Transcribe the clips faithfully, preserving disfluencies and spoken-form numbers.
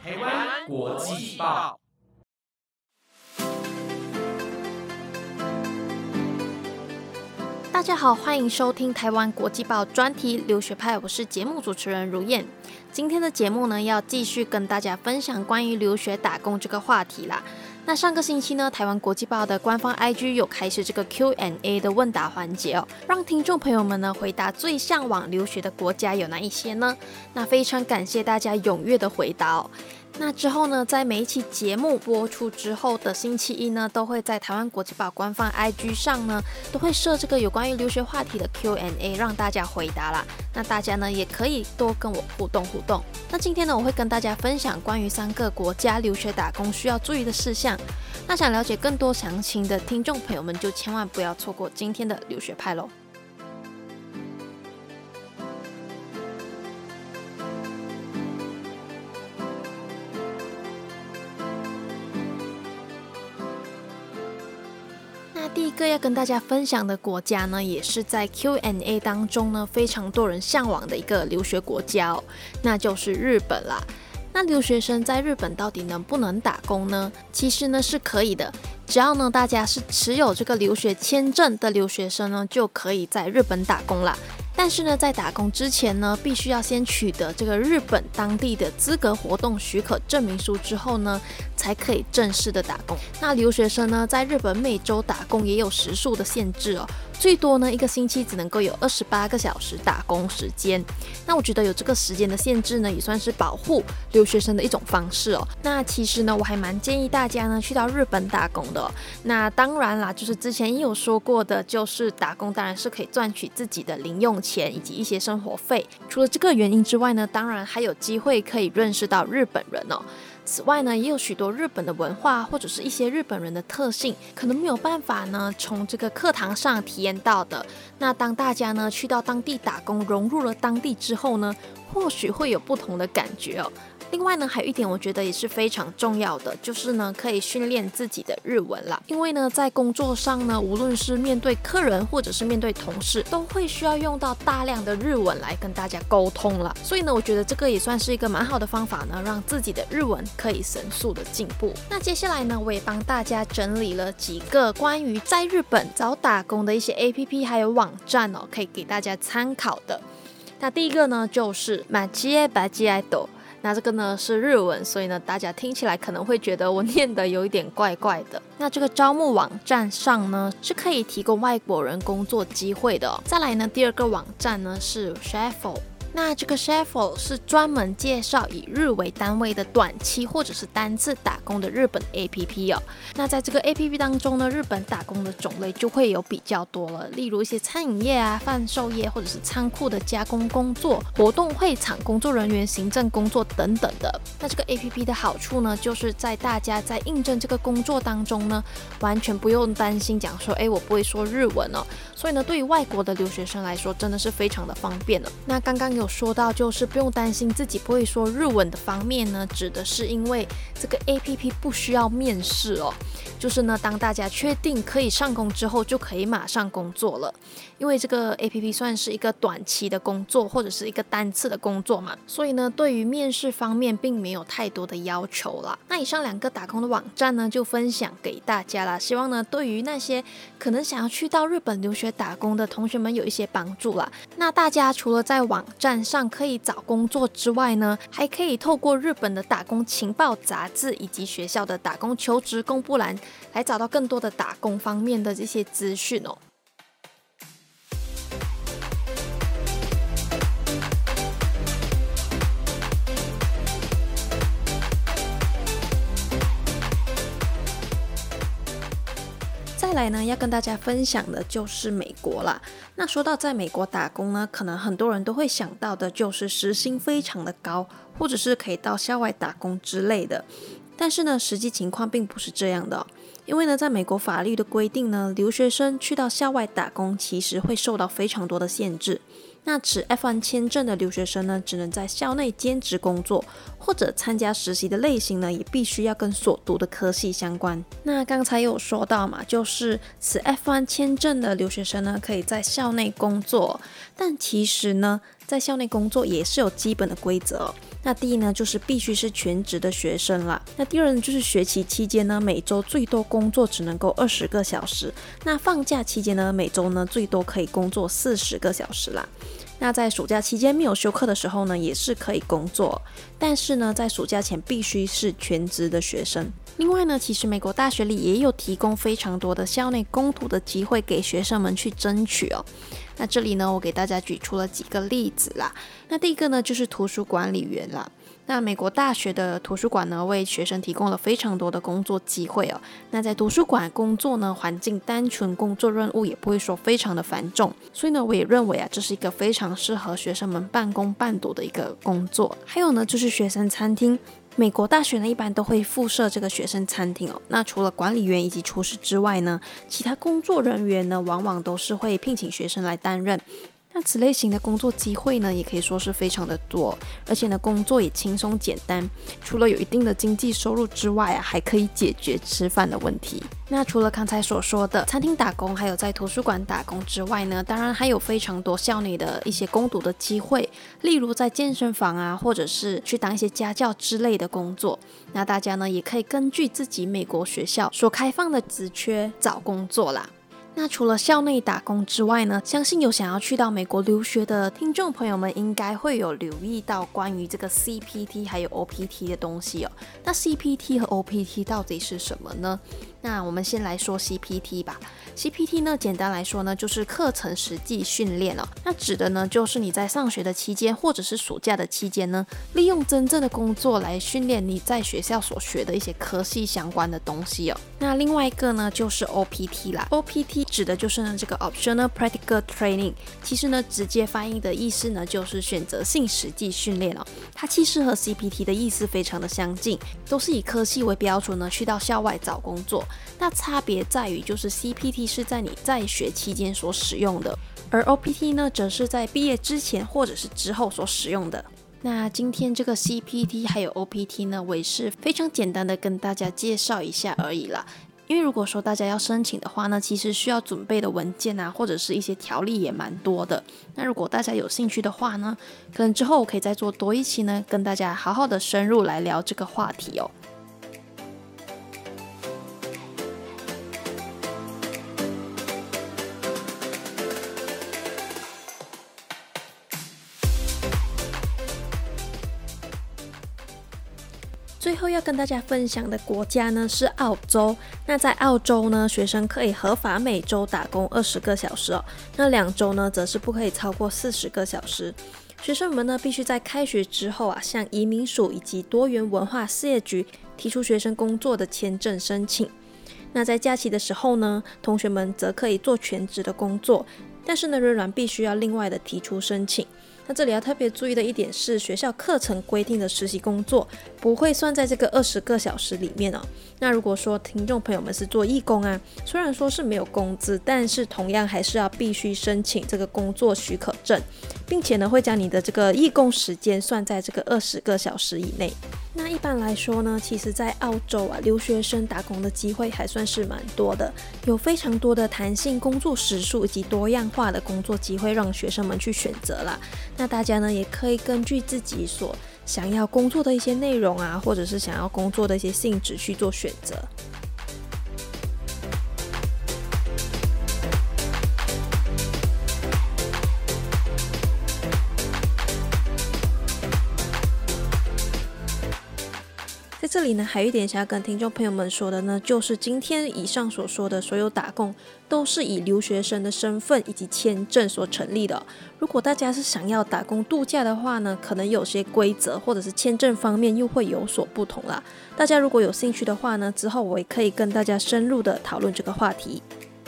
台湾国际报。 大家好，欢迎收听台湾国际报专题留学派，我是节目主持人如燕。今天的节目呢，要继续跟大家分享关于留学打工这个话题啦。那上个星期呢，台湾国际报的官方 I G 有开始这个 Q and A 的问答环节哦，让听众朋友们呢回答最向往留学的国家有哪一些呢？那非常感谢大家踊跃的回答哦。那之后呢，在每一期节目播出之后的星期一呢，都会在台湾国际报官方 I G 上呢，都会设这个有关于留学话题的 Q and A 让大家回答啦。那大家呢也可以多跟我互动互动。那今天呢，我会跟大家分享关于三个国家留学打工需要注意的事项。那想了解更多详情的听众朋友们，就千万不要错过今天的留学派咯。第一个要跟大家分享的国家呢，也是在 Q and A 当中呢非常多人向往的一个留学国家哦，那就是日本啦。那留学生在日本到底能不能打工呢？其实呢是可以的，只要呢大家是持有这个留学签证的留学生呢，就可以在日本打工啦。但是呢，在打工之前呢，必须要先取得这个日本当地的资格活动许可证明书之后呢，才可以正式的打工。那留学生呢，在日本每周打工也有时数的限制哦，最多呢一个星期只能够有二十八个小时打工时间。那我觉得有这个时间的限制呢，也算是保护留学生的一种方式哦。那其实呢，我还蛮建议大家呢去到日本打工的哦。那当然啦，就是之前也有说过的，就是打工当然是可以赚取自己的零用钱以及一些生活费。除了这个原因之外呢，当然还有机会可以认识到日本人哦。此外呢，也有许多日本的文化或者是一些日本人的特性，可能没有办法呢从这个课堂上体验到的。那当大家呢去到当地打工，融入了当地之后呢，或许会有不同的感觉哦。另外呢，还有一点我觉得也是非常重要的，就是呢可以训练自己的日文啦。因为呢在工作上呢，无论是面对客人或者是面对同事，都会需要用到大量的日文来跟大家沟通啦。所以呢，我觉得这个也算是一个蛮好的方法呢，让自己的日文可以神速的进步。那接下来呢，我也帮大家整理了几个关于在日本找打工的一些 A P P 还有网站哦，可以给大家参考的。那第一个呢，就是マチエバチエド。那这个呢是日文，所以呢大家听起来可能会觉得我念的有一点怪怪的。那这个招募网站上呢是可以提供外国人工作机会的哦。再来呢，第二个网站呢是 Shuffle。那这个 Shuffle 是专门介绍以日为单位的短期或者是单次打工的日本 A P P 哦。那在这个 A P P 当中呢，日本打工的种类就会有比较多了，例如一些餐饮业啊、贩售业或者是仓库的加工工作、活动会场工作人员、行政工作等等的。那这个 A P P 的好处呢，就是在大家在应征这个工作当中呢，完全不用担心讲说，哎，我不会说日文哦。所以呢，对于外国的留学生来说，真的是非常的方便了。那刚刚有说到，就是不用担心自己不会说日文的方面呢，指的是因为这个 A P P 不需要面试哦，就是呢，当大家确定可以上工之后，就可以马上工作了。因为这个 A P P 算是一个短期的工作或者是一个单次的工作嘛，所以呢，对于面试方面并没有太多的要求啦。那以上两个打工的网站呢，就分享给大家啦，希望呢，对于那些可能想要去到日本留学打工的同学们有一些帮助啦。那大家除了在网站上可以找工作之外呢，还可以透过日本的打工情报杂志以及学校的打工求职公布栏来找到更多的打工方面的这些资讯哦。再来呢，要跟大家分享的就是美国啦。那说到在美国打工呢，可能很多人都会想到的就是时薪非常的高，或者是可以到校外打工之类的。但是呢，实际情况并不是这样的哦。因为呢，在美国法律的规定呢，留学生去到校外打工其实会受到非常多的限制。那持 F 一 签证的留学生呢，只能在校内兼职工作，或者参加实习的类型呢，也必须要跟所读的科系相关。那刚才有说到嘛，就是持 F 一 签证的留学生呢，可以在校内工作，但其实呢， 在校内工作也是有基本的规则哦。那第一呢，就是必须是全职的学生啦。那第二呢，就是学期期间呢，每周最多工作只能够二十个小时。那放假期间呢，每周呢最多可以工作四十个小时啦。那在暑假期间没有休课的时候呢，也是可以工作，但是呢，在暑假前必须是全职的学生。另外呢，其实美国大学里也有提供非常多的校内工读的机会给学生们去争取哦。那这里呢，我给大家举出了几个例子啦。那第一个呢，就是图书管理员啦。那美国大学的图书馆呢，为学生提供了非常多的工作机会哦。那在图书馆工作呢，环境单纯，工作任务也不会说非常的繁重，所以呢，我也认为啊，这是一个非常适合学生们半工半读的一个工作。还有呢，就是学生餐厅。美国大学呢，一般都会附设这个学生餐厅哦。那除了管理员以及厨师之外呢，其他工作人员呢，往往都是会聘请学生来担任。那此类型的工作机会呢，也可以说是非常的多，而且呢，工作也轻松简单。除了有一定的经济收入之外啊，还可以解决吃饭的问题。那除了刚才所说的餐厅打工，还有在图书馆打工之外呢，当然还有非常多校内的一些工读的机会，例如在健身房啊，或者是去当一些家教之类的工作。那大家呢，也可以根据自己美国学校所开放的职缺找工作啦。那除了校内打工之外呢，相信有想要去到美国留学的听众朋友们应该会有留意到关于这个 C P T 还有 O P T 的东西哦。那 C P T 和 O P T 到底是什么呢？那我们先来说 C P T 吧。C P T 呢，简单来说呢，就是课程实际训练哦。那指的呢，就是你在上学的期间或者是暑假的期间呢，利用真正的工作来训练你在学校所学的一些科系相关的东西哦。那另外一个呢，就是 O P T 啦。O P T 指的就是呢这个 Optional Practical Training， 其实呢直接翻译的意思呢就是选择性实际训练哦。它其实和 C P T 的意思非常的相近，都是以科系为标准呢去到校外找工作。那差别在于就是 C P T 是在你在学期间所使用的，而 O P T 呢则是在毕业之前或者是之后所使用的。那今天这个 C P T 还有 O P T 呢，我也是非常简单的跟大家介绍一下而已啦。因为如果说大家要申请的话呢，其实需要准备的文件啊，或者是一些条例也蛮多的。那如果大家有兴趣的话呢，可能之后我可以再做多一期呢，跟大家好好的深入来聊这个话题哦。最后要跟大家分享的国家呢是澳洲。那在澳洲呢，学生可以合法每周打工二十个小时哦，那两周呢则是不可以超过四十个小时。学生们呢必须在开学之后啊，向移民署以及多元文化事业局提出学生工作的签证申请。那在假期的时候呢，同学们则可以做全职的工作，但是呢仍然必须要另外的提出申请。那这里要特别注意的一点是，学校课程规定的实习工作不会算在这个二十个小时里面哦。那如果说听众朋友们是做义工啊，虽然说是没有工资，但是同样还是要必须申请这个工作许可证，并且呢会将你的这个义工时间算在这个二十个小时以内。那一般来说呢，其实在澳洲啊，留学生打工的机会还算是蛮多的，有非常多的弹性工作时数以及多样化的工作机会让学生们去选择啦。那大家呢也可以根据自己所想要工作的一些内容啊，或者是想要工作的一些性质去做选择。在这里呢，还有一点想要跟听众朋友们说的呢，就是今天以上所说的所有打工都是以留学生的身份以及签证所成立的。如果大家是想要打工度假的话呢，可能有些规则或者是签证方面又会有所不同啦。大家如果有兴趣的话呢，之后我也可以跟大家深入的讨论这个话题。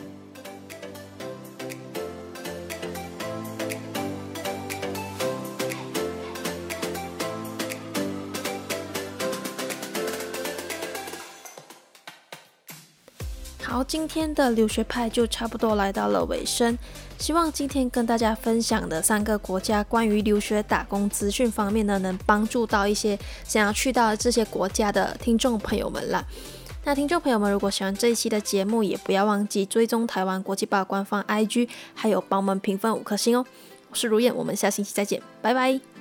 好，今天的留学派就差不多来到了尾声，希望今天跟大家分享的三个国家关于留学打工资讯方面呢，能帮助到一些想要去到这些国家的听众朋友们啦。那听众朋友们，如果喜欢这一期的节目，也不要忘记追踪台湾国际报官方 I G， 还有帮我们评分五颗星哦。 我是如燕，我们下星期再见，拜拜。